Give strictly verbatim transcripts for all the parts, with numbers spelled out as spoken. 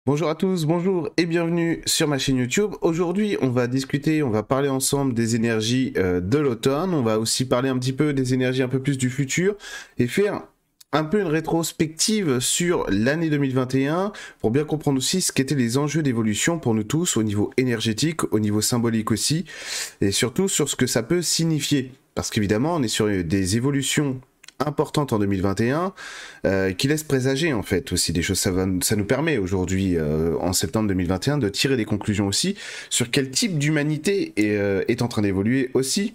Bonjour à tous, bonjour et bienvenue sur ma chaîne YouTube. Aujourd'hui, on va discuter, on va parler ensemble des énergies euh, de l'automne. On va aussi parler un petit peu des énergies un peu plus du futur et faire un peu une rétrospective sur l'année deux mille vingt et un pour bien comprendre aussi ce qu'étaient les enjeux d'évolution pour nous tous au niveau énergétique, au niveau symbolique aussi, et surtout sur ce que ça peut signifier. Parce qu'évidemment, on est sur des évolutions importante en deux mille vingt et un euh, qui laisse présager en fait aussi des choses. Ça, va, ça nous permet aujourd'hui euh, en septembre deux mille vingt et un de tirer des conclusions aussi sur quel type d'humanité est, euh, est en train d'évoluer aussi.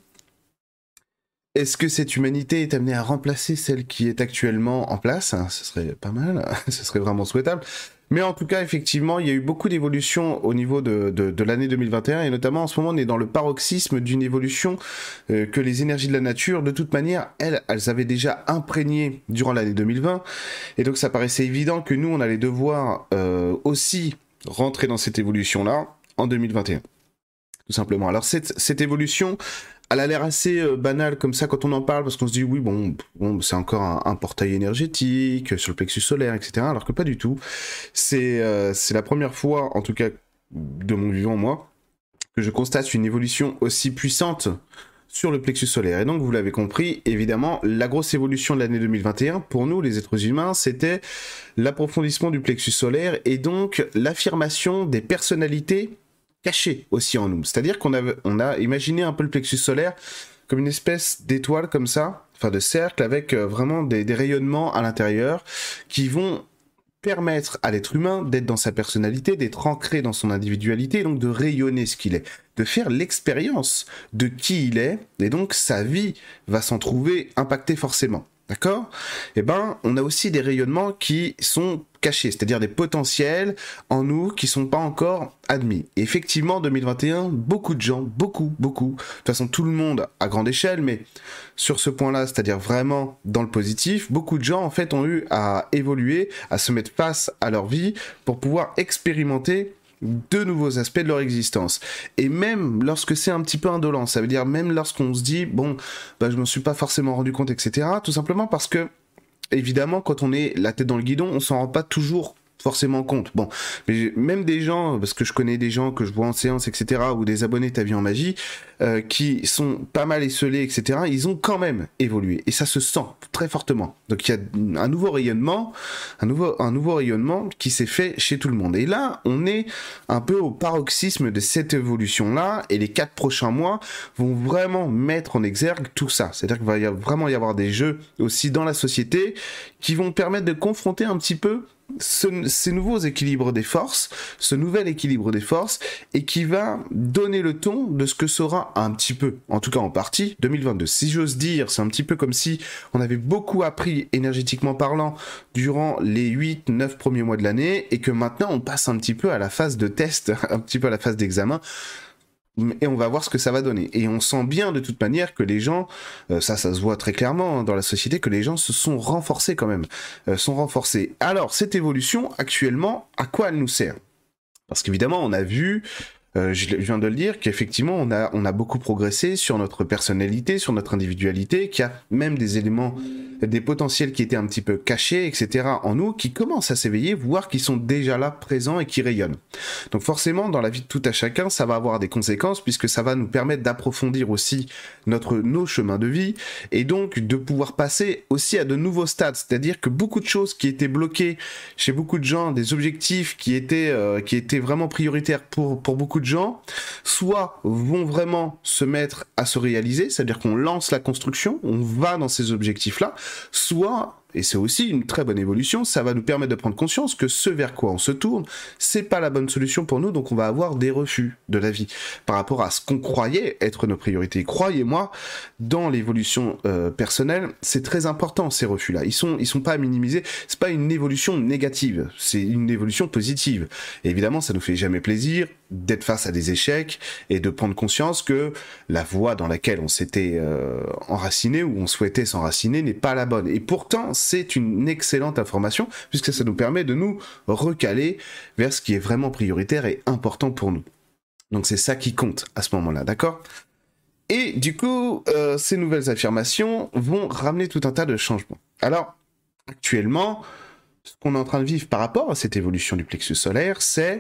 Est-ce que cette humanité est amenée à remplacer celle qui est actuellement en place? Ce serait pas mal, ce serait vraiment souhaitable. Mais en tout cas, effectivement, il y a eu beaucoup d'évolutions au niveau de, de, de l'année deux mille vingt et un, et notamment en ce moment, on est dans le paroxysme d'une évolution euh, que les énergies de la nature, de toute manière, elles, elles avaient déjà imprégné durant l'année deux mille vingt, et donc ça paraissait évident que nous, on allait devoir euh, aussi rentrer dans cette évolution-là en deux mille vingt et un, tout simplement. Alors cette, cette évolution, elle a l'air assez euh, banale comme ça quand on en parle, parce qu'on se dit oui, bon, bon c'est encore un, un portail énergétique sur le plexus solaire, et cetera. Alors que pas du tout. C'est euh, c'est la première fois, en tout cas de mon vivant, moi, que je constate une évolution aussi puissante sur le plexus solaire. Et donc, vous l'avez compris, évidemment, la grosse évolution de l'année deux mille vingt et un, pour nous, les êtres humains, c'était l'approfondissement du plexus solaire et donc l'affirmation des personnalités caché aussi en nous. C'est-à-dire qu'on a, on a imaginé un peu le plexus solaire comme une espèce d'étoile comme ça, enfin de cercle, avec euh, vraiment des, des rayonnements à l'intérieur qui vont permettre à l'être humain d'être dans sa personnalité, d'être ancré dans son individualité, et donc de rayonner ce qu'il est, de faire l'expérience de qui il est, et donc sa vie va s'en trouver impactée forcément. D'accord ? Eh ben, on a aussi des rayonnements qui sont cachés, c'est-à-dire des potentiels en nous qui sont pas encore admis. Et effectivement, deux mille vingt et un, beaucoup de gens, beaucoup, beaucoup, de toute façon tout le monde à grande échelle, mais sur ce point-là, c'est-à-dire vraiment dans le positif, beaucoup de gens en fait ont eu à évoluer, à se mettre face à leur vie pour pouvoir expérimenter de nouveaux aspects de leur existence. Et même lorsque c'est un petit peu indolent, ça veut dire même lorsqu'on se dit, bon, bah, je m'en suis pas forcément rendu compte, et cetera. Tout simplement parce que, évidemment, quand on est la tête dans le guidon, on s'en rend pas toujours forcément compte. Bon, mais même des gens, parce que je connais des gens que je vois en séance, et cetera, ou des abonnés Ta Vie en Magie, euh, qui sont pas mal esselés, et cetera, ils ont quand même évolué. Et ça se sent très fortement. Donc il y a un nouveau rayonnement, un nouveau, un nouveau rayonnement qui s'est fait chez tout le monde. Et là, on est un peu au paroxysme de cette évolution-là, et les quatre prochains mois vont vraiment mettre en exergue tout ça. C'est-à-dire qu'il va y avoir, vraiment y avoir des jeux aussi dans la société qui vont permettre de confronter un petit peu Ce, ces nouveaux équilibres des forces, ce nouvel équilibre des forces, et qui va donner le ton de ce que sera un petit peu, en tout cas en partie, deux mille vingt-deux. Si j'ose dire, c'est un petit peu comme si on avait beaucoup appris énergétiquement parlant durant les huit neuf premiers mois de l'année, et que maintenant on passe un petit peu à la phase de test, un petit peu à la phase d'examen, et on va voir ce que ça va donner. Et on sent bien de toute manière que les gens, euh, ça ça se voit très clairement hein, dans la société, que les gens se sont renforcés quand même, euh, sont renforcés. Alors cette évolution actuellement, à quoi elle nous sert ? Parce qu'évidemment on a vu, euh, je viens de le dire, qu'effectivement on a, on a beaucoup progressé sur notre personnalité, sur notre individualité, qu'il y a même des éléments, des potentiels qui étaient un petit peu cachés, et cetera en nous, qui commencent à s'éveiller, voire qui sont déjà là, présents et qui rayonnent. Donc forcément, dans la vie de tout à chacun, ça va avoir des conséquences, puisque ça va nous permettre d'approfondir aussi notre, nos chemins de vie, et donc de pouvoir passer aussi à de nouveaux stades, c'est-à-dire que beaucoup de choses qui étaient bloquées chez beaucoup de gens, des objectifs qui étaient, euh, qui étaient vraiment prioritaires pour, pour beaucoup de gens, soit vont vraiment se mettre à se réaliser, c'est-à-dire qu'on lance la construction, on va dans ces objectifs-là, soit, et c'est aussi une très bonne évolution, ça va nous permettre de prendre conscience que ce vers quoi on se tourne, c'est pas la bonne solution pour nous, donc on va avoir des refus de la vie par rapport à ce qu'on croyait être nos priorités. Croyez-moi, dans l'évolution euh, personnelle, c'est très important ces refus-là. Ils sont, ils sont pas à minimiser. C'est pas une évolution négative, c'est une évolution positive. Et évidemment, ça nous fait jamais plaisir d'être face à des échecs et de prendre conscience que la voie dans laquelle on s'était euh, enraciné ou on souhaitait s'enraciner n'est pas la bonne. Et pourtant, c'est une excellente information puisque ça nous permet de nous recaler vers ce qui est vraiment prioritaire et important pour nous. Donc c'est ça qui compte à ce moment-là, d'accord ? Et du coup, euh, ces nouvelles affirmations vont ramener tout un tas de changements. Alors, actuellement, ce qu'on est en train de vivre par rapport à cette évolution du plexus solaire, c'est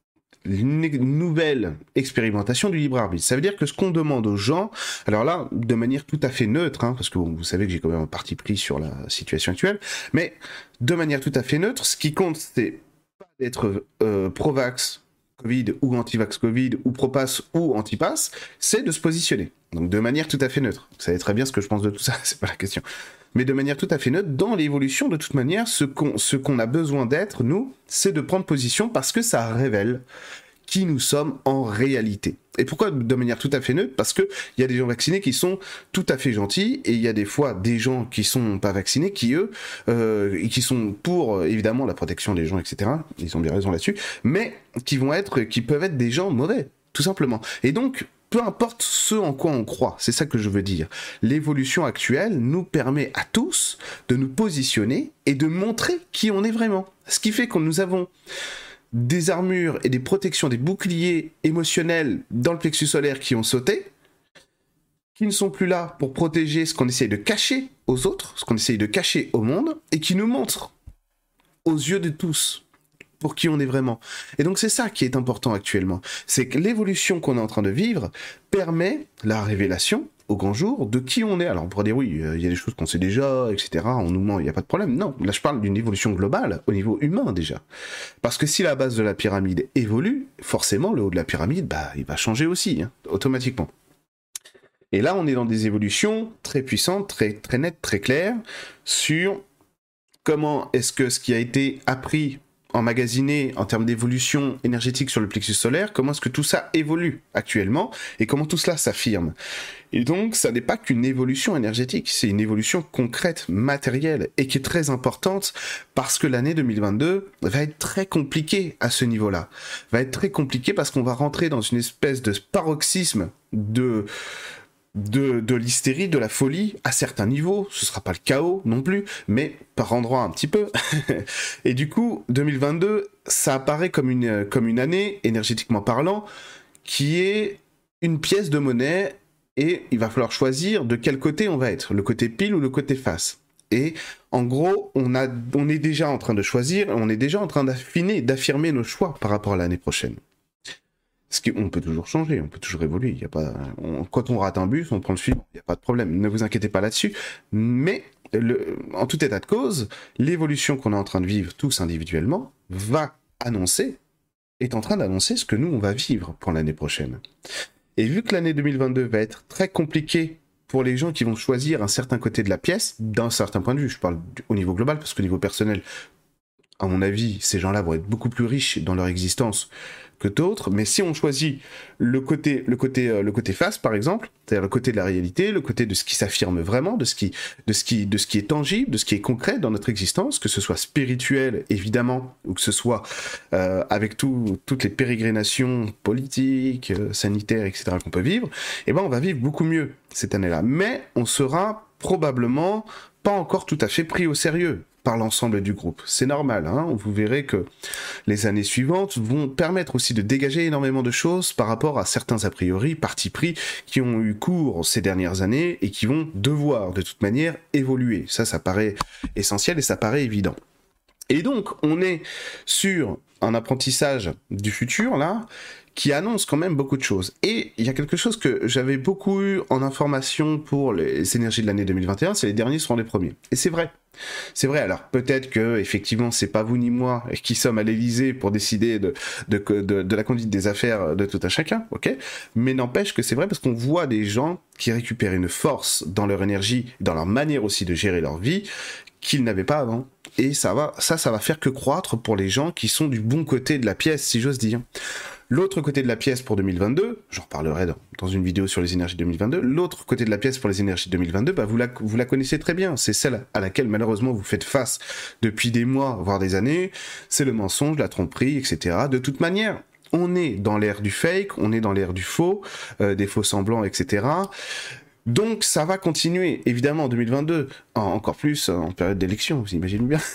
une nouvelle expérimentation du libre arbitre. Ça veut dire que ce qu'on demande aux gens, alors là, de manière tout à fait neutre, hein, parce que bon, vous savez que j'ai quand même un parti pris sur la situation actuelle, mais de manière tout à fait neutre, ce qui compte, c'est pas d'être euh, pro-vax Covid ou anti-vax Covid ou pro-pass ou anti-pass, c'est de se positionner. Donc de manière tout à fait neutre. Vous savez très bien ce que je pense de tout ça, c'est pas la question. Mais de manière tout à fait neutre, dans l'évolution, de toute manière, ce qu'on, ce qu'on a besoin d'être, nous, c'est de prendre position parce que ça révèle qui nous sommes en réalité. Et pourquoi de manière tout à fait neutre? Parce qu'il y a des gens vaccinés qui sont tout à fait gentils, et il y a des fois des gens qui sont pas vaccinés, qui eux, euh, et qui sont pour, évidemment, la protection des gens, et cetera. Ils ont bien raison là-dessus, mais qui vont être, qui peuvent être des gens mauvais, tout simplement. Et donc, peu importe ce en quoi on croit, c'est ça que je veux dire. L'évolution actuelle nous permet à tous de nous positionner et de montrer qui on est vraiment. Ce qui fait que nous avons des armures et des protections, des boucliers émotionnels dans le plexus solaire qui ont sauté, qui ne sont plus là pour protéger ce qu'on essaye de cacher aux autres, ce qu'on essaye de cacher au monde, et qui nous montrent aux yeux de tous pour qui on est vraiment. Et donc c'est ça qui est important actuellement. C'est que l'évolution qu'on est en train de vivre permet la révélation au grand jour de qui on est. Alors on pourrait dire oui, il euh, y a des choses qu'on sait déjà, et cetera. On nous ment, il n'y a pas de problème. Non, là je parle d'une évolution globale au niveau humain déjà. Parce que si la base de la pyramide évolue, forcément le haut de la pyramide, bah, il va changer aussi, hein, automatiquement. Et là on est dans des évolutions très puissantes, très, très nettes, très claires, sur comment est-ce que ce qui a été appris emmagasiné en termes d'évolution énergétique sur le plexus solaire, comment est-ce que tout ça évolue actuellement et comment tout cela s'affirme. Et donc, ça n'est pas qu'une évolution énergétique, c'est une évolution concrète, matérielle et qui est très importante parce que l'année deux mille vingt-deux va être très compliquée à ce niveau-là. Va être très compliquée parce qu'on va rentrer dans une espèce de paroxysme de... de, de l'hystérie, de la folie, à certains niveaux. Ce sera pas le chaos non plus, mais par endroits un petit peu. Et du coup, deux mille vingt-deux, ça apparaît comme une, comme une année, énergétiquement parlant, qui est une pièce de monnaie, et il va falloir choisir de quel côté on va être, le côté pile ou le côté face. Et en gros, on, a, on est déjà en train de choisir, on est déjà en train d'affiner, d'affirmer nos choix par rapport à l'année prochaine. Ce qui, on peut toujours changer, on peut toujours évoluer. Il y a pas, on, quand on rate un bus, on prend le suivant. Il n'y a pas de problème. Ne vous inquiétez pas là-dessus. Mais le, en tout état de cause, l'évolution qu'on est en train de vivre tous individuellement va annoncer, est en train d'annoncer ce que nous, on va vivre pour l'année prochaine. Et vu que l'année deux mille vingt-deux va être très compliquée pour les gens qui vont choisir un certain côté de la pièce, d'un certain point de vue, je parle au niveau global, parce qu'au niveau personnel, à mon avis, ces gens-là vont être beaucoup plus riches dans leur existence que d'autres, mais si on choisit le côté, le côté, euh, le côté face, par exemple, c'est-à-dire le côté de la réalité, le côté de ce qui s'affirme vraiment, de ce qui, de ce qui, de ce qui est tangible, de ce qui est concret dans notre existence, que ce soit spirituel, évidemment, ou que ce soit euh, avec tout, toutes les pérégrinations politiques, euh, sanitaires, et cetera qu'on peut vivre, eh ben on va vivre beaucoup mieux cette année-là. Mais on sera probablement pas encore tout à fait pris au sérieux par l'ensemble du groupe. C'est normal, hein, vous verrez que les années suivantes vont permettre aussi de dégager énormément de choses par rapport à certains a priori, partis pris, qui ont eu cours ces dernières années et qui vont devoir de toute manière évoluer. Ça, ça paraît essentiel et ça paraît évident. Et donc, on est sur un apprentissage du futur, là, qui annonce quand même beaucoup de choses. Et il y a quelque chose que j'avais beaucoup eu en information pour les énergies de l'année deux mille vingt et un, c'est les derniers seront les premiers. Et c'est vrai. C'est vrai, alors peut-être que effectivement c'est pas vous ni moi qui sommes à l'Élysée pour décider de, de, de, de la conduite des affaires de tout un chacun, ok, mais n'empêche que c'est vrai parce qu'on voit des gens qui récupèrent une force dans leur énergie, dans leur manière aussi de gérer leur vie, qu'ils n'avaient pas avant. Et ça va, ça, ça va faire que croître pour les gens qui sont du bon côté de la pièce, si j'ose dire. L'autre côté de la pièce pour deux mille vingt-deux, j'en reparlerai dans, dans une vidéo sur les énergies deux mille vingt-deux, l'autre côté de la pièce pour les énergies deux mille vingt-deux, bah vous, la, vous la connaissez très bien, c'est celle à laquelle malheureusement vous faites face depuis des mois, voire des années, c'est le mensonge, la tromperie, et cetera. De toute manière, on est dans l'ère du fake, on est dans l'ère du faux, euh, des faux semblants, et cetera. Donc ça va continuer, évidemment, en deux mille vingt-deux, en, encore plus en période d'élection, vous imaginez bien.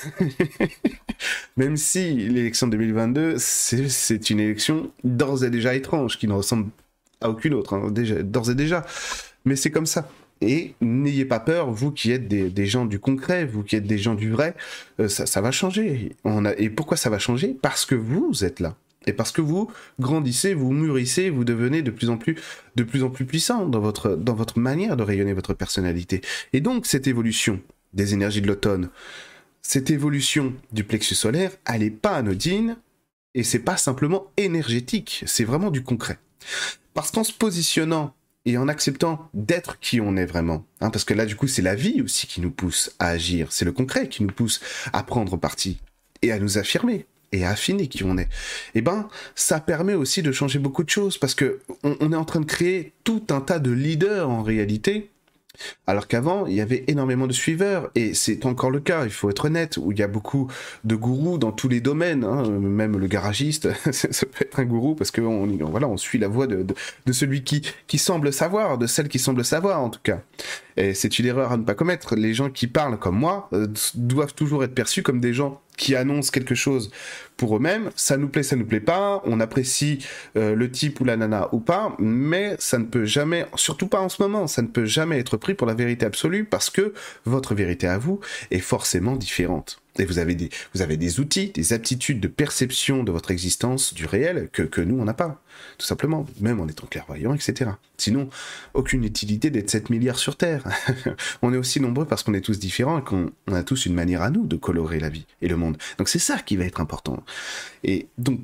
Même si l'élection de deux mille vingt-deux, c'est, c'est une élection d'ores et déjà étrange, qui ne ressemble à aucune autre, hein, déjà, d'ores et déjà. Mais c'est comme ça. Et n'ayez pas peur, vous qui êtes des, des gens du concret, vous qui êtes des gens du vrai, euh, ça, ça va changer. On a... Et pourquoi ça va changer? Parce que vous êtes là. Et parce que vous grandissez, vous mûrissez, vous devenez de plus en plus, de plus en plus puissant dans votre, dans votre manière de rayonner votre personnalité. Et donc, cette évolution des énergies de l'automne, cette évolution du plexus solaire, elle n'est pas anodine, et c'est pas simplement énergétique, c'est vraiment du concret. Parce qu'en se positionnant et en acceptant d'être qui on est vraiment, hein, parce que là du coup c'est la vie aussi qui nous pousse à agir, c'est le concret qui nous pousse à prendre parti et à nous affirmer et à affiner qui on est, et ben ça permet aussi de changer beaucoup de choses, parce que on, on est en train de créer tout un tas de leaders en réalité, alors qu'avant, il y avait énormément de suiveurs, et c'est encore le cas, il faut être honnête, où il y a beaucoup de gourous dans tous les domaines, hein, même le garagiste, ça peut être un gourou, parce que on, voilà, on suit la voie de, de, de celui qui, qui semble savoir, de celle qui semble savoir en tout cas. Et c'est une erreur à ne pas commettre. Les gens qui parlent comme moi euh, doivent toujours être perçus comme des gens qui annoncent quelque chose pour eux-mêmes. Ça nous plaît, ça nous plaît pas, on apprécie euh, le type ou la nana ou pas, mais ça ne peut jamais, surtout pas en ce moment, ça ne peut jamais être pris pour la vérité absolue, parce que votre vérité à vous est forcément différente. Et vous avez des, vous avez des outils, des aptitudes de perception de votre existence, du réel, que, que nous, on n'a pas. Tout simplement, même en étant clairvoyant, et cetera. Sinon, aucune utilité d'être sept milliards sur Terre. On est aussi nombreux parce qu'on est tous différents et qu'on on a tous une manière à nous de colorer la vie et le monde. Donc c'est ça qui va être important. Et donc,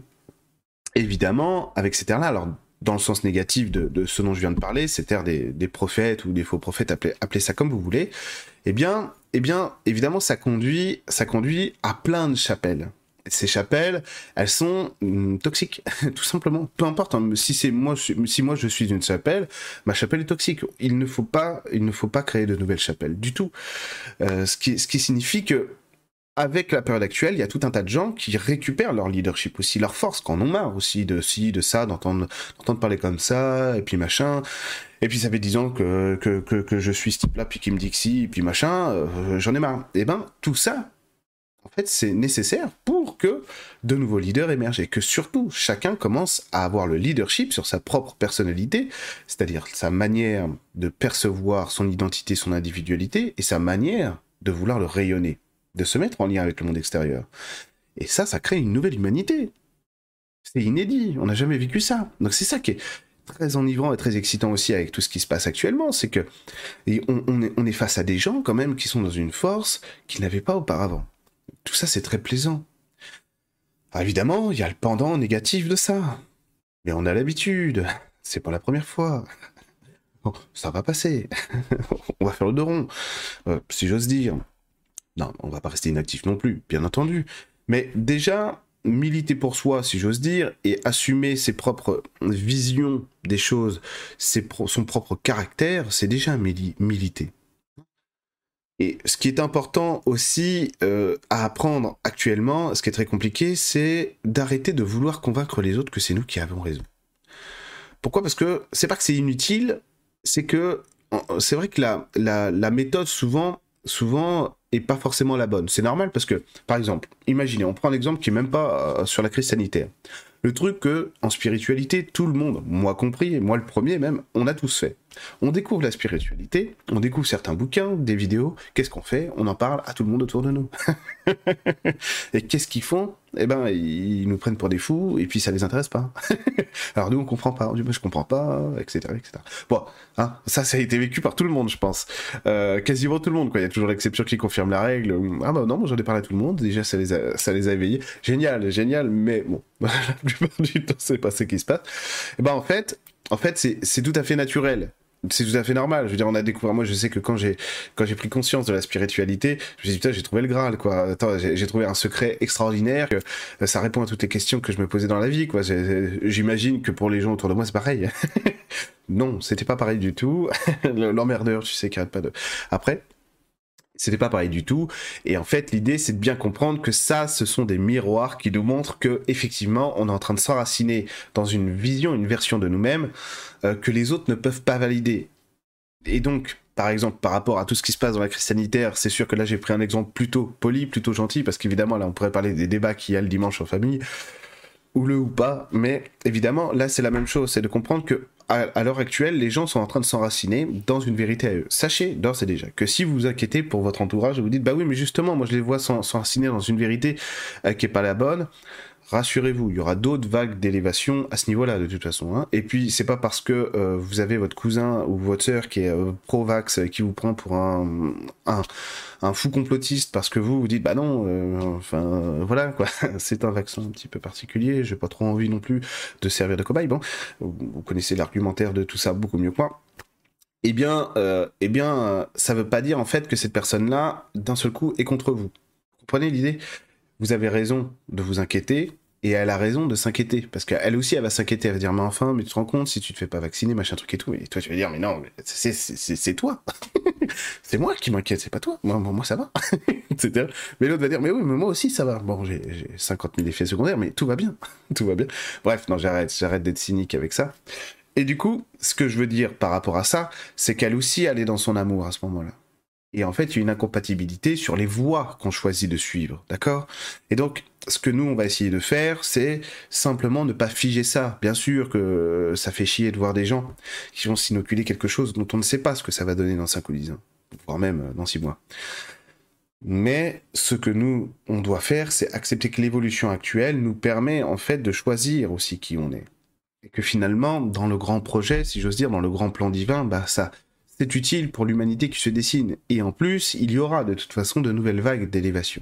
évidemment, avec ces terres-là, alors dans le sens négatif de, de ce dont je viens de parler, ces terres des, des prophètes ou des faux prophètes, appelez, appelez ça comme vous voulez, eh bien, eh bien, évidemment, ça conduit, ça conduit à plein de chapelles. Ces chapelles, elles sont hum, toxiques, tout simplement. Peu importe, hein, si c'est moi, si moi je suis une chapelle, ma chapelle est toxique. Il ne faut pas, il ne faut pas créer de nouvelles chapelles du tout. Euh, ce qui, ce qui signifie que, avec la période actuelle, il y a tout un tas de gens qui récupèrent leur leadership aussi, leur force, qu'on en ont marre aussi de ci, de ça, d'entendre, d'entendre parler comme ça, et puis machin. Et puis ça fait dix ans que, que, que, que je suis ce type-là, puis qui me dit que si, et puis machin, euh, j'en ai marre. Et ben, tout ça, en fait, c'est nécessaire pour que de nouveaux leaders émergent, et que surtout, chacun commence à avoir le leadership sur sa propre personnalité, c'est-à-dire sa manière de percevoir son identité, son individualité, et sa manière de vouloir le rayonner, de se mettre en lien avec le monde extérieur. Et ça, ça crée une nouvelle humanité. C'est inédit, on n'a jamais vécu ça. Donc c'est ça qui est très enivrant et très excitant aussi avec tout ce qui se passe actuellement, c'est que et on, on, est, on est face à des gens quand même qui sont dans une force qu'ils n'avaient pas auparavant. Tout ça, c'est très plaisant. Alors, évidemment, il y a le pendant négatif de ça. Mais on a l'habitude. C'est pas la première fois. Bon, ça va passer. On va faire le dos rond, euh, si j'ose dire. Non, on va pas rester inactif non plus, bien entendu. Mais déjà, militer pour soi, si j'ose dire, et assumer ses propres visions des choses, ses pro- son propre caractère, c'est déjà mili- militer. Et ce qui est important aussi euh, à apprendre actuellement, ce qui est très compliqué, c'est d'arrêter de vouloir convaincre les autres que c'est nous qui avons raison. Pourquoi ? Parce que c'est pas que c'est inutile, c'est que c'est vrai que la, la, la méthode souvent, souvent est pas forcément la bonne. C'est normal parce que, par exemple, imaginez, on prend l'exemple qui est même pas euh, sur la crise sanitaire. Le truc que, en spiritualité, tout le monde, moi compris, moi le premier même, on a tous fait. On découvre la spiritualité, on découvre certains bouquins, des vidéos, qu'est-ce qu'on fait ? On en parle à tout le monde autour de nous. Et qu'est-ce qu'ils font ? Eh ben, ils nous prennent pour des fous, et puis ça les intéresse pas. Alors nous, on comprend pas, on dit, moi je comprends pas, et cetera, et cetera. Bon, hein, ça, ça a été vécu par tout le monde, je pense. Euh, quasiment tout le monde, quoi. Il y a toujours l'exception qui confirme la règle. Ah bah non, moi j'en ai parlé à tout le monde, déjà ça les a, ça les a éveillés. Génial, génial, mais bon, la plupart du temps, c'est pas ce qui se passe. Et ben en fait, en fait, c'est, c'est tout à fait naturel. C'est tout à fait normal. Je veux dire, on a découvert. Moi, je sais que quand j'ai quand j'ai pris conscience de la spiritualité, je me suis dit putain, j'ai trouvé le Graal, quoi. Attends, j'ai, j'ai trouvé un secret extraordinaire. Que, euh, ça répond à toutes les questions que je me posais dans la vie, quoi. J'ai, j'imagine que pour les gens autour de moi, c'est pareil. Non, c'était pas pareil du tout. L'emmerdeur, tu sais, qui arrête pas de. Après. C'était pas pareil du tout, et en fait l'idée c'est de bien comprendre que ça, ce sont des miroirs qui nous montrent que effectivement on est en train de s'enraciner dans une vision, une version de nous-mêmes euh, que les autres ne peuvent pas valider. Et donc, par exemple, par rapport à tout ce qui se passe dans la crise sanitaire, c'est sûr que là j'ai pris un exemple plutôt poli, plutôt gentil, parce qu'évidemment là on pourrait parler des débats qu'il y a le dimanche en famille, ou le ou pas, mais évidemment là c'est la même chose, c'est de comprendre que à, à l'heure actuelle, les gens sont en train de s'enraciner dans une vérité à eux. Sachez d'ores et déjà que si vous vous inquiétez pour votre entourage et vous dites bah oui mais justement moi je les vois s'enraciner dans une vérité euh, qui est pas la bonne, rassurez-vous, il y aura d'autres vagues d'élévation à ce niveau-là de toute façon. Hein. Et puis c'est pas parce que euh, vous avez votre cousin ou votre sœur qui est euh, pro-vax qui vous prend pour un, un un fou complotiste parce que vous vous dites bah non, euh, enfin euh, voilà quoi, c'est un vaccin un petit peu particulier, j'ai pas trop envie non plus de servir de cobaye. Bon, vous connaissez l'argumentaire de tout ça beaucoup mieux que moi. Eh bien, euh, eh bien, euh, ça veut pas dire en fait que cette personne-là, d'un seul coup, est contre vous. Vous comprenez l'idée? Vous avez raison de vous inquiéter, et elle a raison de s'inquiéter, parce qu'elle aussi, elle va s'inquiéter, elle va dire, mais enfin, mais tu te rends compte, si tu te fais pas vacciner, machin truc et tout, et toi tu vas dire, mais non, c'est toi, c'est moi qui m'inquiète, c'est pas toi, moi, moi, moi ça va, et cetera. Mais l'autre va dire, mais oui, mais moi aussi ça va, bon, j'ai cinquante mille effets secondaires, mais tout va bien, tout va bien. Bref, non, j'arrête, j'arrête d'être cynique avec ça. Et du coup, ce que je veux dire par rapport à ça, c'est qu'elle aussi, elle est dans son amour à ce moment-là. Et en fait, il y a une incompatibilité sur les voies qu'on choisit de suivre, d'accord? Et donc, ce que nous, on va essayer de faire, c'est simplement ne pas figer ça. Bien sûr que ça fait chier de voir des gens qui vont s'inoculer quelque chose dont on ne sait pas ce que ça va donner dans cinq ou dix ans, voire même dans six mois. Mais ce que nous, on doit faire, c'est accepter que l'évolution actuelle nous permet en fait de choisir aussi qui on est. Et que finalement, dans le grand projet, si j'ose dire, dans le grand plan divin, bah ça... c'est utile pour l'humanité qui se dessine. Et en plus, il y aura de toute façon de nouvelles vagues d'élévation.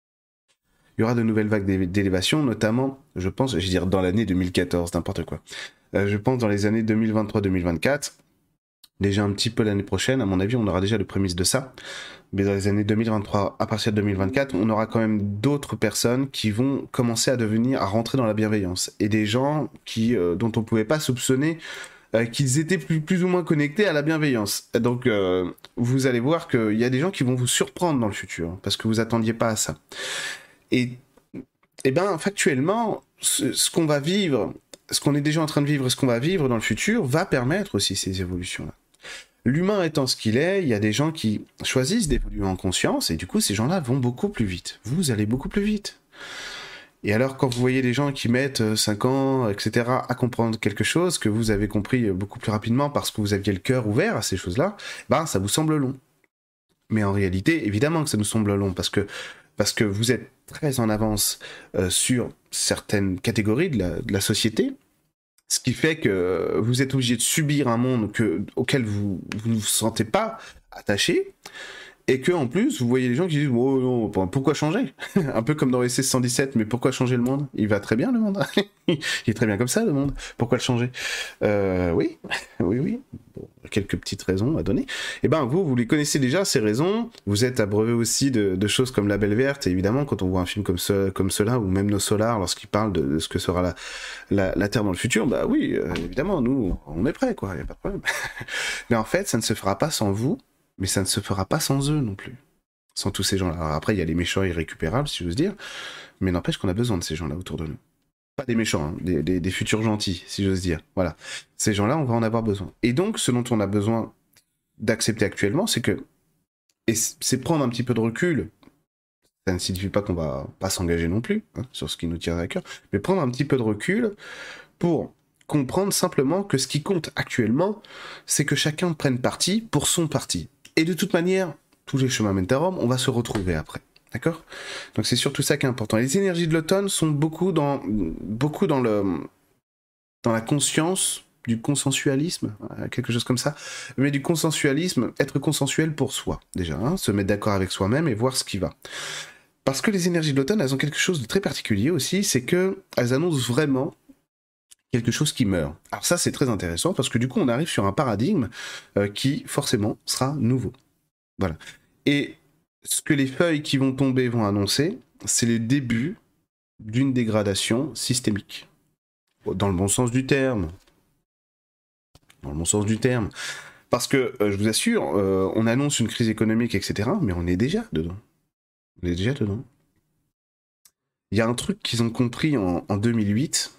Il y aura de nouvelles vagues d'élévation, notamment, je pense, je vais dire dans l'année deux mille quatorze, n'importe quoi. Euh, je pense dans les années deux mille vingt-trois deux mille vingt-quatre, déjà un petit peu l'année prochaine, à mon avis, on aura déjà le prémisse de ça. Mais dans les années deux mille vingt-trois, à partir de deux mille vingt-quatre, on aura quand même d'autres personnes qui vont commencer à devenir, à rentrer dans la bienveillance. Et des gens qui, euh, dont on pouvait pas soupçonner Euh, qu'ils étaient plus, plus ou moins connectés à la bienveillance. Donc, euh, vous allez voir qu'il y a des gens qui vont vous surprendre dans le futur, parce que vous attendiez pas à ça. Et, et ben, factuellement, ce, ce qu'on va vivre, ce qu'on est déjà en train de vivre et ce qu'on va vivre dans le futur, va permettre aussi ces évolutions-là. L'humain étant ce qu'il est, il y a des gens qui choisissent d'évoluer en conscience, et du coup, ces gens-là vont beaucoup plus vite. Vous allez beaucoup plus vite. Et alors, quand vous voyez des gens qui mettent cinq ans, et cetera, à comprendre quelque chose, que vous avez compris beaucoup plus rapidement parce que vous aviez le cœur ouvert à ces choses-là, ben, ça vous semble long. Mais en réalité, évidemment que ça nous semble long, parce que, parce que vous êtes très en avance euh, sur certaines catégories de la, de la société, ce qui fait que vous êtes obligé de subir un monde que, auquel vous, vous ne vous sentez pas attaché, et que en plus, vous voyez les gens qui disent oh non, pourquoi changer? Un peu comme dans S S cent dix-sept, mais pourquoi changer le monde? Il va très bien le monde. Il est très bien comme ça le monde. Pourquoi le changer? euh, Oui, oui, oui. Bon, quelques petites raisons à donner. Et ben vous, vous les connaissez déjà ces raisons. Vous êtes abreuvé aussi de, de choses comme La Belle Verte. Et évidemment, quand on voit un film comme ce, comme cela, ou même Nos Solars, lorsqu'il parle de, de ce que sera la, la, la Terre dans le futur, bah oui, euh, évidemment, nous, on est prêts, quoi. Il y a pas de problème. Mais en fait, ça ne se fera pas sans vous. Mais ça ne se fera pas sans eux non plus. Sans tous ces gens-là. Alors après, il y a les méchants irrécupérables, si j'ose dire. Mais n'empêche qu'on a besoin de ces gens-là autour de nous. Pas des méchants, hein, des, des, des futurs gentils, si j'ose dire. Voilà. Ces gens-là, on va en avoir besoin. Et donc, ce dont on a besoin d'accepter actuellement, c'est que... Et c'est prendre un petit peu de recul. Ça ne signifie pas qu'on va pas s'engager non plus, hein, sur ce qui nous tient à cœur. Mais prendre un petit peu de recul pour comprendre simplement que ce qui compte actuellement, c'est que chacun prenne parti pour son parti. Et de toute manière, tous les chemins mènent à Rome, on va se retrouver après. D'accord? Donc c'est surtout ça qui est important. Les énergies de l'automne sont beaucoup dans, beaucoup dans, le, dans la conscience du consensualisme, quelque chose comme ça. Mais du consensualisme, être consensuel pour soi, déjà. Hein, se mettre d'accord avec soi-même et voir ce qui va. Parce que les énergies de l'automne, elles ont quelque chose de très particulier aussi, c'est qu'elles annoncent vraiment quelque chose qui meurt. Alors ça, c'est très intéressant, parce que du coup, on arrive sur un paradigme euh, qui, forcément, sera nouveau. Voilà. Et ce que les feuilles qui vont tomber vont annoncer, c'est le début d'une dégradation systémique. Dans le bon sens du terme. Dans le bon sens du terme. Parce que, euh, je vous assure, euh, on annonce une crise économique, et cetera, mais on est déjà dedans. On est déjà dedans. Il y a un truc qu'ils ont compris en, en deux mille huit...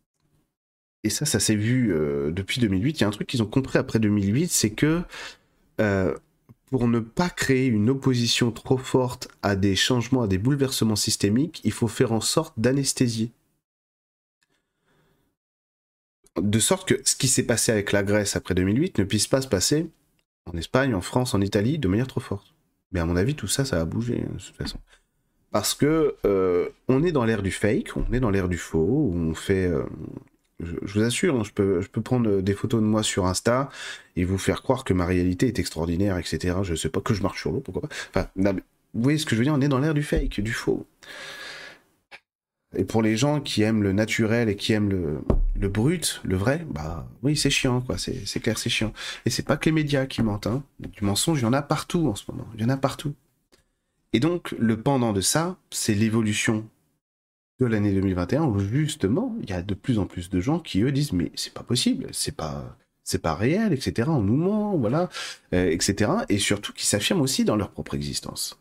Et ça, ça s'est vu euh, depuis deux mille huit. Il y a un truc qu'ils ont compris après deux mille huit, c'est que euh, pour ne pas créer une opposition trop forte à des changements, à des bouleversements systémiques, il faut faire en sorte d'anesthésier. de sorte que ce qui s'est passé avec la Grèce après deux mille huit ne puisse pas se passer en Espagne, en France, en Italie, de manière trop forte. Mais à mon avis, tout ça, ça va bouger, de toute façon. Parce que euh, on est dans l'ère du fake, on est dans l'ère du faux, où on fait... Euh, je, je vous assure, hein, je, peux, je peux prendre des photos de moi sur Insta et vous faire croire que ma réalité est extraordinaire, et cetera. Je sais pas, que je marche sur l'eau, pourquoi pas. Enfin, non, mais vous voyez ce que je veux dire, on est dans l'ère du fake, du faux. Et pour les gens qui aiment le naturel et qui aiment le, le brut, le vrai, bah oui, c'est chiant, quoi. C'est, c'est clair, c'est chiant. Et c'est pas que les médias qui mentent, hein. Du mensonge, il y en a partout en ce moment. Il y en a partout. Et donc, le pendant de ça, c'est l'évolution de l'année deux mille vingt et un, où justement, il y a de plus en plus de gens qui, eux, disent « Mais c'est pas possible, c'est pas... c'est pas réel, et cetera. On nous ment, voilà, euh, et cetera » Et surtout, qui s'affirment aussi dans leur propre existence.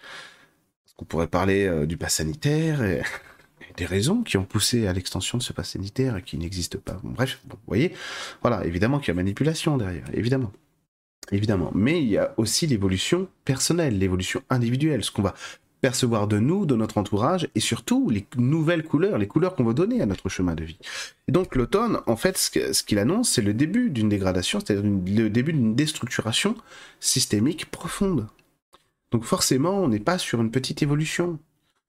Parce qu'on pourrait parler euh, du pass sanitaire... Et... des raisons qui ont poussé à l'extension de ce pass sanitaire et qui n'existent pas. Bon, bref, bon, vous voyez, voilà, évidemment qu'il y a manipulation derrière, évidemment. Évidemment. Mais il y a aussi l'évolution personnelle, l'évolution individuelle, ce qu'on va percevoir de nous, de notre entourage, et surtout les nouvelles couleurs, les couleurs qu'on va donner à notre chemin de vie. Et donc l'automne, en fait, ce qu'il annonce, c'est le début d'une dégradation, c'est-à-dire le début d'une déstructuration systémique profonde. Donc forcément, on n'est pas sur une petite évolution.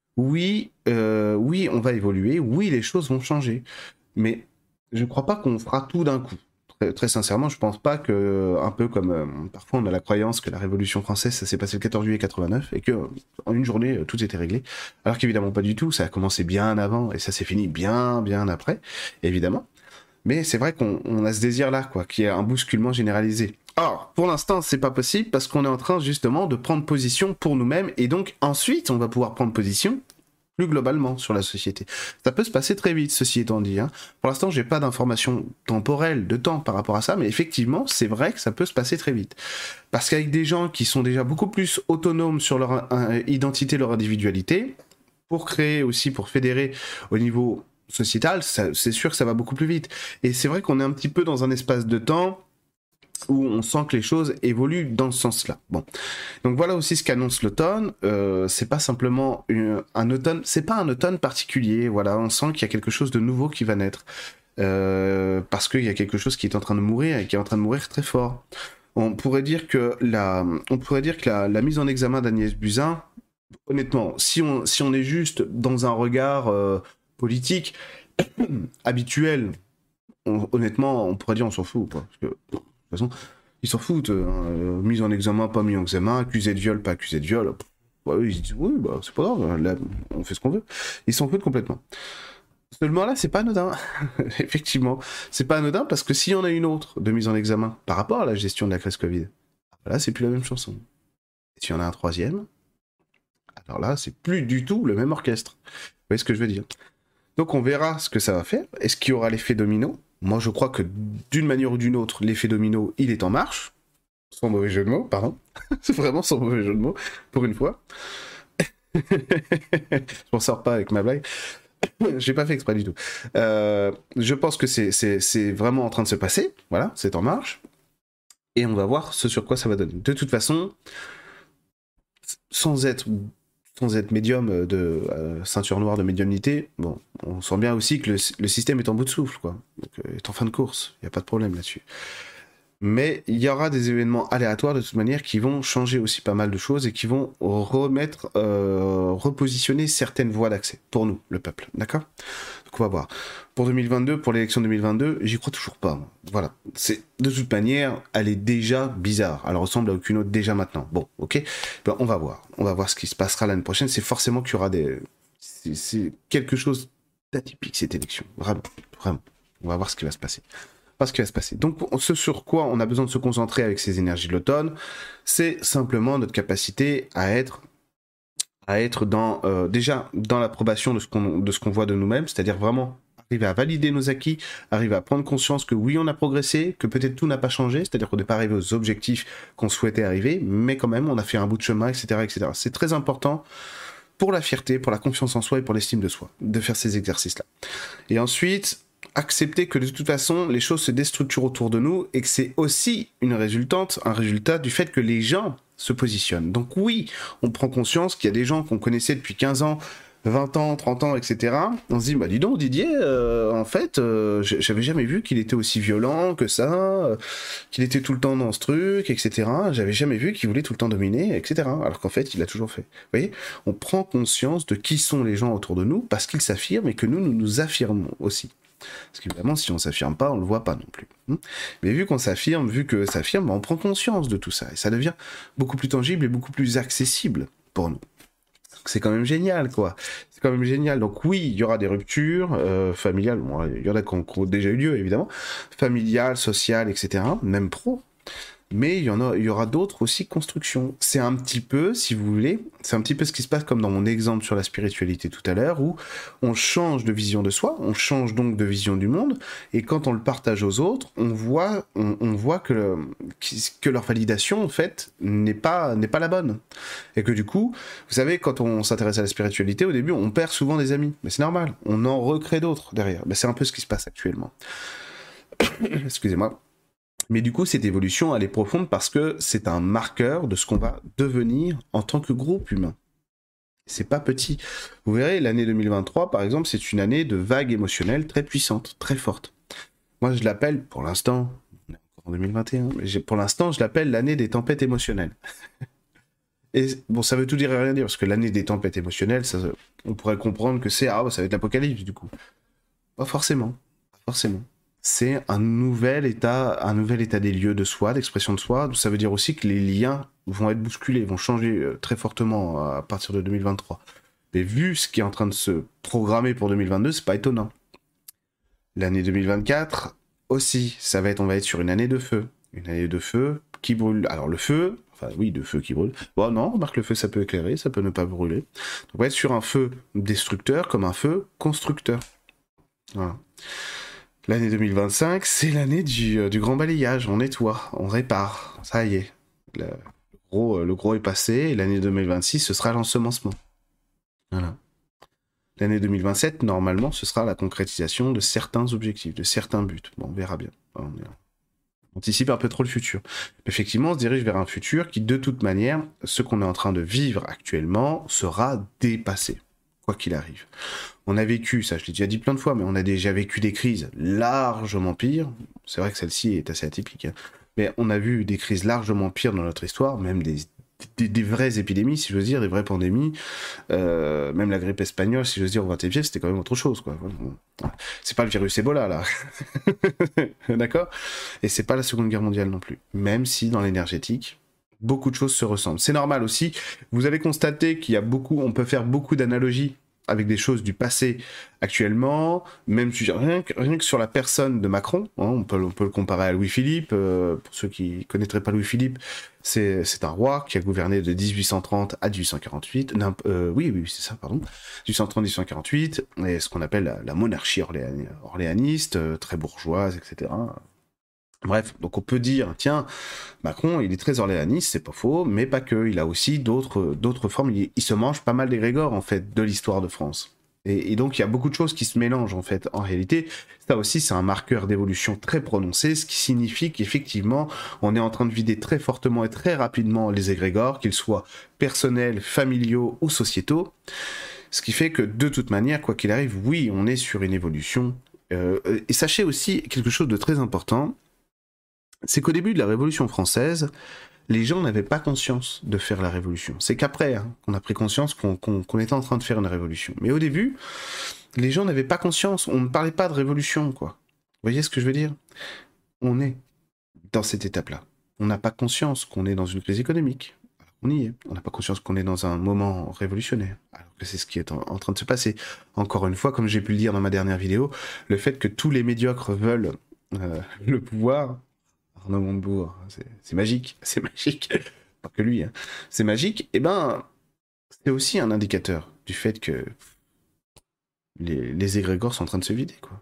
Oui, euh, oui, on va évoluer, oui, les choses vont changer, mais je ne crois pas qu'on fera tout d'un coup. Très, très sincèrement, je pense pas que, un peu comme euh, parfois on a la croyance que la Révolution française, ça s'est passé le quatorze juillet quatre-vingt-neuf et que en une journée, tout était réglé, alors qu'évidemment pas du tout, ça a commencé bien avant et ça s'est fini bien, bien après, évidemment. Mais c'est vrai qu'on on a ce désir-là, quoi, qui est un bousculement généralisé. Or, pour l'instant, c'est pas possible parce qu'on est en train justement de prendre position pour nous-mêmes et donc ensuite, on va pouvoir prendre position plus globalement sur la société. Ça peut se passer très vite, ceci étant dit. Hein. Pour l'instant, j'ai pas d'informations temporelles de temps par rapport à ça, mais effectivement, c'est vrai que ça peut se passer très vite. Parce qu'avec des gens qui sont déjà beaucoup plus autonomes sur leur euh, identité, leur individualité, pour créer aussi, pour fédérer au niveau sociétal, ça, c'est sûr que ça va beaucoup plus vite. Et c'est vrai qu'on est un petit peu dans un espace de temps où on sent que les choses évoluent dans ce sens-là. Bon, donc voilà aussi ce qu'annonce l'automne. Euh, c'est pas simplement une, un automne, c'est pas un automne particulier. Voilà, on sent qu'il y a quelque chose de nouveau qui va naître euh, parce qu'il y a quelque chose qui est en train de mourir et qui est en train de mourir très fort. On pourrait dire que la, on pourrait dire que la, la mise en examen d'Agnès Buzyn, honnêtement, si on, si on est juste dans un regard euh, politique habituel, on, honnêtement, on pourrait dire on s'en fout, quoi. Parce que, de toute façon, ils s'en foutent. Hein. Mise en examen, pas mis en examen, accusé de viol, pas accusé de viol. Ouais, ils se disent oui, bah, c'est pas grave, là, on fait ce qu'on veut. Ils s'en foutent complètement. Seulement là, c'est pas anodin. Effectivement, c'est pas anodin parce que s'il y en a une autre de mise en examen par rapport à la gestion de la crise Covid, là, c'est plus la même chanson. Et s'il y en a un troisième, alors là, c'est plus du tout le même orchestre. Vous voyez ce que je veux dire? Donc on verra ce que ça va faire. Est-ce qu'il y aura l'effet domino? Moi, je crois que d'une manière ou d'une autre, l'effet domino, il est en marche. Sans mauvais jeu de mots, pardon. C'est vraiment sans mauvais jeu de mots, pour une fois. Je m'en sors pas avec ma blague. J'ai pas fait exprès du tout. Euh, je pense que c'est, c'est, c'est vraiment en train de se passer. Voilà, c'est en marche. Et on va voir ce sur quoi ça va donner. De toute façon, sans être... sans être médium de euh, ceinture noire de médiumnité, bon, on sent bien aussi que le, le système est en bout de souffle, quoi. Donc, euh, est en fin de course, il n'y a pas de problème là-dessus. Mais il y aura des événements aléatoires de toute manière qui vont changer aussi pas mal de choses et qui vont remettre, euh, repositionner certaines voies d'accès pour nous, le peuple, d'accord? Donc on va voir. Pour deux mille vingt-deux, pour l'élection deux mille vingt-deux, j'y crois toujours pas. Moi. Voilà, c'est de toute manière, elle est déjà bizarre. Elle ressemble à aucune autre déjà maintenant. Bon, ok, ben, on va voir. On va voir ce qui se passera l'année prochaine. C'est forcément qu'il y aura des, c'est, c'est quelque chose d'atypique cette élection. Vraiment, vraiment. On va voir ce qui va se passer. Pas ce qui va se passer. Donc, ce sur quoi on a besoin de se concentrer avec ces énergies de l'automne, c'est simplement notre capacité à être, à être dans, euh, déjà dans l'approbation de ce qu'on, de ce qu'on voit de nous-mêmes, c'est-à-dire vraiment arriver à valider nos acquis, arriver à prendre conscience que oui, on a progressé, que peut-être tout n'a pas changé, c'est-à-dire qu'on n'est pas arrivé aux objectifs qu'on souhaitait arriver, mais quand même, on a fait un bout de chemin, et cetera, et cetera. C'est très important pour la fierté, pour la confiance en soi et pour l'estime de soi, de faire ces exercices-là. Et ensuite, accepter que de toute façon, les choses se déstructurent autour de nous et que c'est aussi une résultante, un résultat du fait que les gens se positionnent. Donc oui, on prend conscience qu'il y a des gens qu'on connaissait depuis quinze ans, vingt ans, trente ans, et cetera, on se dit, bah dis donc Didier, euh, en fait, euh, j'avais jamais vu qu'il était aussi violent que ça, euh, qu'il était tout le temps dans ce truc, et cetera. J'avais jamais vu qu'il voulait tout le temps dominer, et cetera. Alors qu'en fait, il a toujours fait. Vous voyez, on prend conscience de qui sont les gens autour de nous parce qu'ils s'affirment et que nous, nous nous affirmons aussi. Parce qu'évidemment, si on s'affirme pas, on le voit pas non plus. Mais vu qu'on s'affirme, vu que s'affirme, on prend conscience de tout ça. Et ça devient beaucoup plus tangible et beaucoup plus accessible pour nous. C'est quand même génial, quoi. C'est quand même génial. Donc oui, il y aura des ruptures euh, familiales. Bon, il y en a qui ont, qui ont déjà eu lieu, évidemment. Familiales, sociales, et cetera. Même pro. Mais il y en a, il y aura d'autres aussi constructions. C'est un petit peu, si vous voulez, c'est un petit peu ce qui se passe comme dans mon exemple sur la spiritualité tout à l'heure, où on change de vision de soi, on change donc de vision du monde, et quand on le partage aux autres, on voit, on, on voit que, le, que leur validation, en fait, n'est pas, n'est pas la bonne. Et que du coup, vous savez, quand on s'intéresse à la spiritualité, au début, on perd souvent des amis. Mais c'est normal, on en recrée d'autres derrière. Mais c'est un peu ce qui se passe actuellement. Excusez-moi. Mais du coup, cette évolution, elle est profonde parce que c'est un marqueur de ce qu'on va devenir en tant que groupe humain. C'est pas petit. Vous verrez, l'année deux mille vingt-trois, par exemple, c'est une année de vague émotionnelle très puissante, très forte. Moi, je l'appelle, pour l'instant, on est encore en deux mille vingt et un, mais pour l'instant, je l'appelle l'année des tempêtes émotionnelles. Et bon, ça veut tout dire et rien dire, parce que l'année des tempêtes émotionnelles, ça, on pourrait comprendre que c'est, ah, ça va être l'apocalypse, du coup. Pas forcément. Pas forcément. C'est un nouvel état, un nouvel état des lieux de soi, d'expression de soi. Ça veut dire aussi que les liens vont être bousculés, vont changer très fortement à partir de deux mille vingt-trois. Mais vu ce qui est en train de se programmer pour deux mille vingt-deux, c'est pas étonnant. L'année deux mille vingt-quatre aussi, ça va être, on va être sur une année de feu, une année de feu qui brûle. Alors le feu, enfin oui, de feu qui brûle. Bon non, remarque le feu, ça peut éclairer, ça peut ne pas brûler. Donc on va être sur un feu destructeur comme un feu constructeur. Voilà. L'année deux mille vingt-cinq, c'est l'année du, euh, du grand balayage. On nettoie, on répare. Ça y est. Le gros, le gros est passé. Et l'année deux mille vingt-six, ce sera l'ensemencement. Voilà. L'année deux mille vingt-sept, normalement, ce sera la concrétisation de certains objectifs, de certains buts. Bon, on verra bien. On, est... on anticipe un peu trop le futur. Mais effectivement, on se dirige vers un futur qui, de toute manière, ce qu'on est en train de vivre actuellement, sera dépassé. Quoi qu'il arrive. On a vécu, ça je l'ai déjà dit plein de fois, mais on a déjà vécu des crises largement pires. C'est vrai que celle-ci est assez atypique. Hein. Mais on a vu des crises largement pires dans notre histoire, même des, des, des vraies épidémies, si j'ose dire, des vraies pandémies. Euh, même la grippe espagnole, si j'ose dire, au vingtième siècle, c'était quand même autre chose. Quoi. C'est pas le virus Ebola, là. D'accord ? Et c'est pas la Seconde Guerre mondiale non plus. Même si, dans l'énergétique, beaucoup de choses se ressemblent. C'est normal aussi. Vous avez constaté qu'il y a beaucoup, on peut faire beaucoup d'analogies avec des choses du passé actuellement, même rien que, rien que sur la personne de Macron, hein, on, peut, on peut le comparer à Louis-Philippe. Euh, pour ceux qui ne connaîtraient pas Louis-Philippe, c'est, c'est un roi qui a gouverné de dix-huit cent trente à dix-huit cent quarante-huit. Non, euh, oui, oui, c'est ça, pardon. dix-huit cent trente à dix-huit cent quarante-huit, et ce qu'on appelle la, la monarchie orléan, orléaniste, euh, très bourgeoise, et cetera. Bref, donc on peut dire, tiens, Macron, il est très orléaniste, c'est pas faux, mais pas que, il a aussi d'autres, d'autres formes, il, il se mange pas mal d'égrégores, en fait, de l'histoire de France. Et, et donc il y a beaucoup de choses qui se mélangent, en fait, en réalité. Ça aussi, c'est un marqueur d'évolution très prononcé, ce qui signifie qu'effectivement, on est en train de vider très fortement et très rapidement les égrégores, qu'ils soient personnels, familiaux ou sociétaux, ce qui fait que, de toute manière, quoi qu'il arrive, oui, on est sur une évolution. Euh, et sachez aussi quelque chose de très important, c'est qu'au début de la Révolution française, les gens n'avaient pas conscience de faire la révolution. C'est qu'après hein, qu'on a pris conscience qu'on, qu'on, qu'on était en train de faire une révolution. Mais au début, les gens n'avaient pas conscience, on ne parlait pas de révolution, quoi. Vous voyez ce que je veux dire ? On est dans cette étape-là. On n'a pas conscience qu'on est dans une crise économique. On y est. On n'a pas conscience qu'on est dans un moment révolutionnaire. Alors que c'est ce qui est en, en train de se passer. Encore une fois, comme j'ai pu le dire dans ma dernière vidéo, le fait que tous les médiocres veulent euh, le pouvoir... Arnaud Montebourg, c'est, c'est magique, c'est magique, pas que lui, hein. C'est magique, et eh ben, c'est aussi un indicateur du fait que les, les égrégores sont en train de se vider, quoi.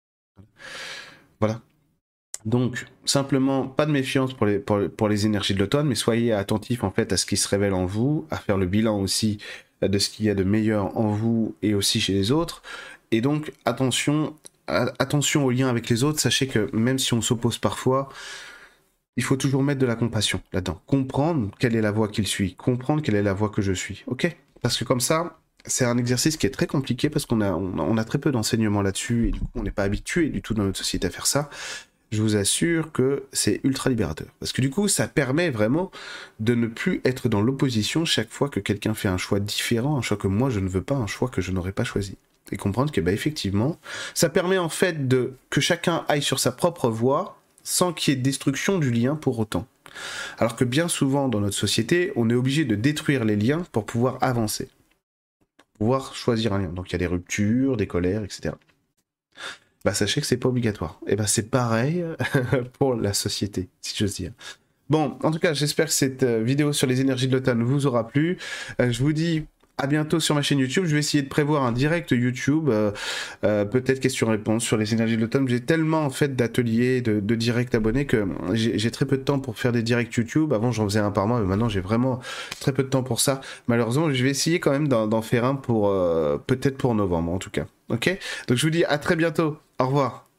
Voilà. Donc, simplement, pas de méfiance pour les, pour, pour les énergies de l'automne, mais soyez attentifs, en fait, à ce qui se révèle en vous, à faire le bilan aussi de ce qu'il y a de meilleur en vous et aussi chez les autres, et donc, attention... Attention au lien avec les autres, sachez que même si on s'oppose parfois, il faut toujours mettre de la compassion là-dedans. Comprendre quelle est la voie qu'il suit, comprendre quelle est la voie que je suis, ok ? Parce que comme ça, c'est un exercice qui est très compliqué parce qu'on a, on a, on a très peu d'enseignements là-dessus et du coup on n'est pas habitué du tout dans notre société à faire ça. Je vous assure que c'est ultra libérateur. Parce que du coup, ça permet vraiment de ne plus être dans l'opposition chaque fois que quelqu'un fait un choix différent, un choix que moi je ne veux pas, un choix que je n'aurais pas choisi. Et comprendre que, bah, effectivement, ça permet en fait de que chacun aille sur sa propre voie sans qu'il y ait destruction du lien pour autant. Alors que bien souvent dans notre société, on est obligé de détruire les liens pour pouvoir avancer, pour pouvoir choisir un lien. Donc il y a des ruptures, des colères, et cetera. Bah sachez que c'est pas obligatoire. Et bah c'est pareil pour la société, si j'ose dire. Bon, en tout cas, j'espère que cette euh, vidéo sur les énergies de l'automne vous aura plu. Euh, je vous dis à bientôt sur ma chaîne YouTube. Je vais essayer de prévoir un direct YouTube, euh, euh, peut-être question-réponse sur les énergies de l'automne. J'ai tellement en fait d'ateliers, de, de directs abonnés que j'ai très peu de temps pour faire des directs YouTube. Avant, j'en faisais un par mois, mais maintenant j'ai vraiment très peu de temps pour ça. Malheureusement, je vais essayer quand même d'en faire un pour euh, peut-être pour novembre en tout cas. Ok? Donc je vous dis à très bientôt. Au revoir.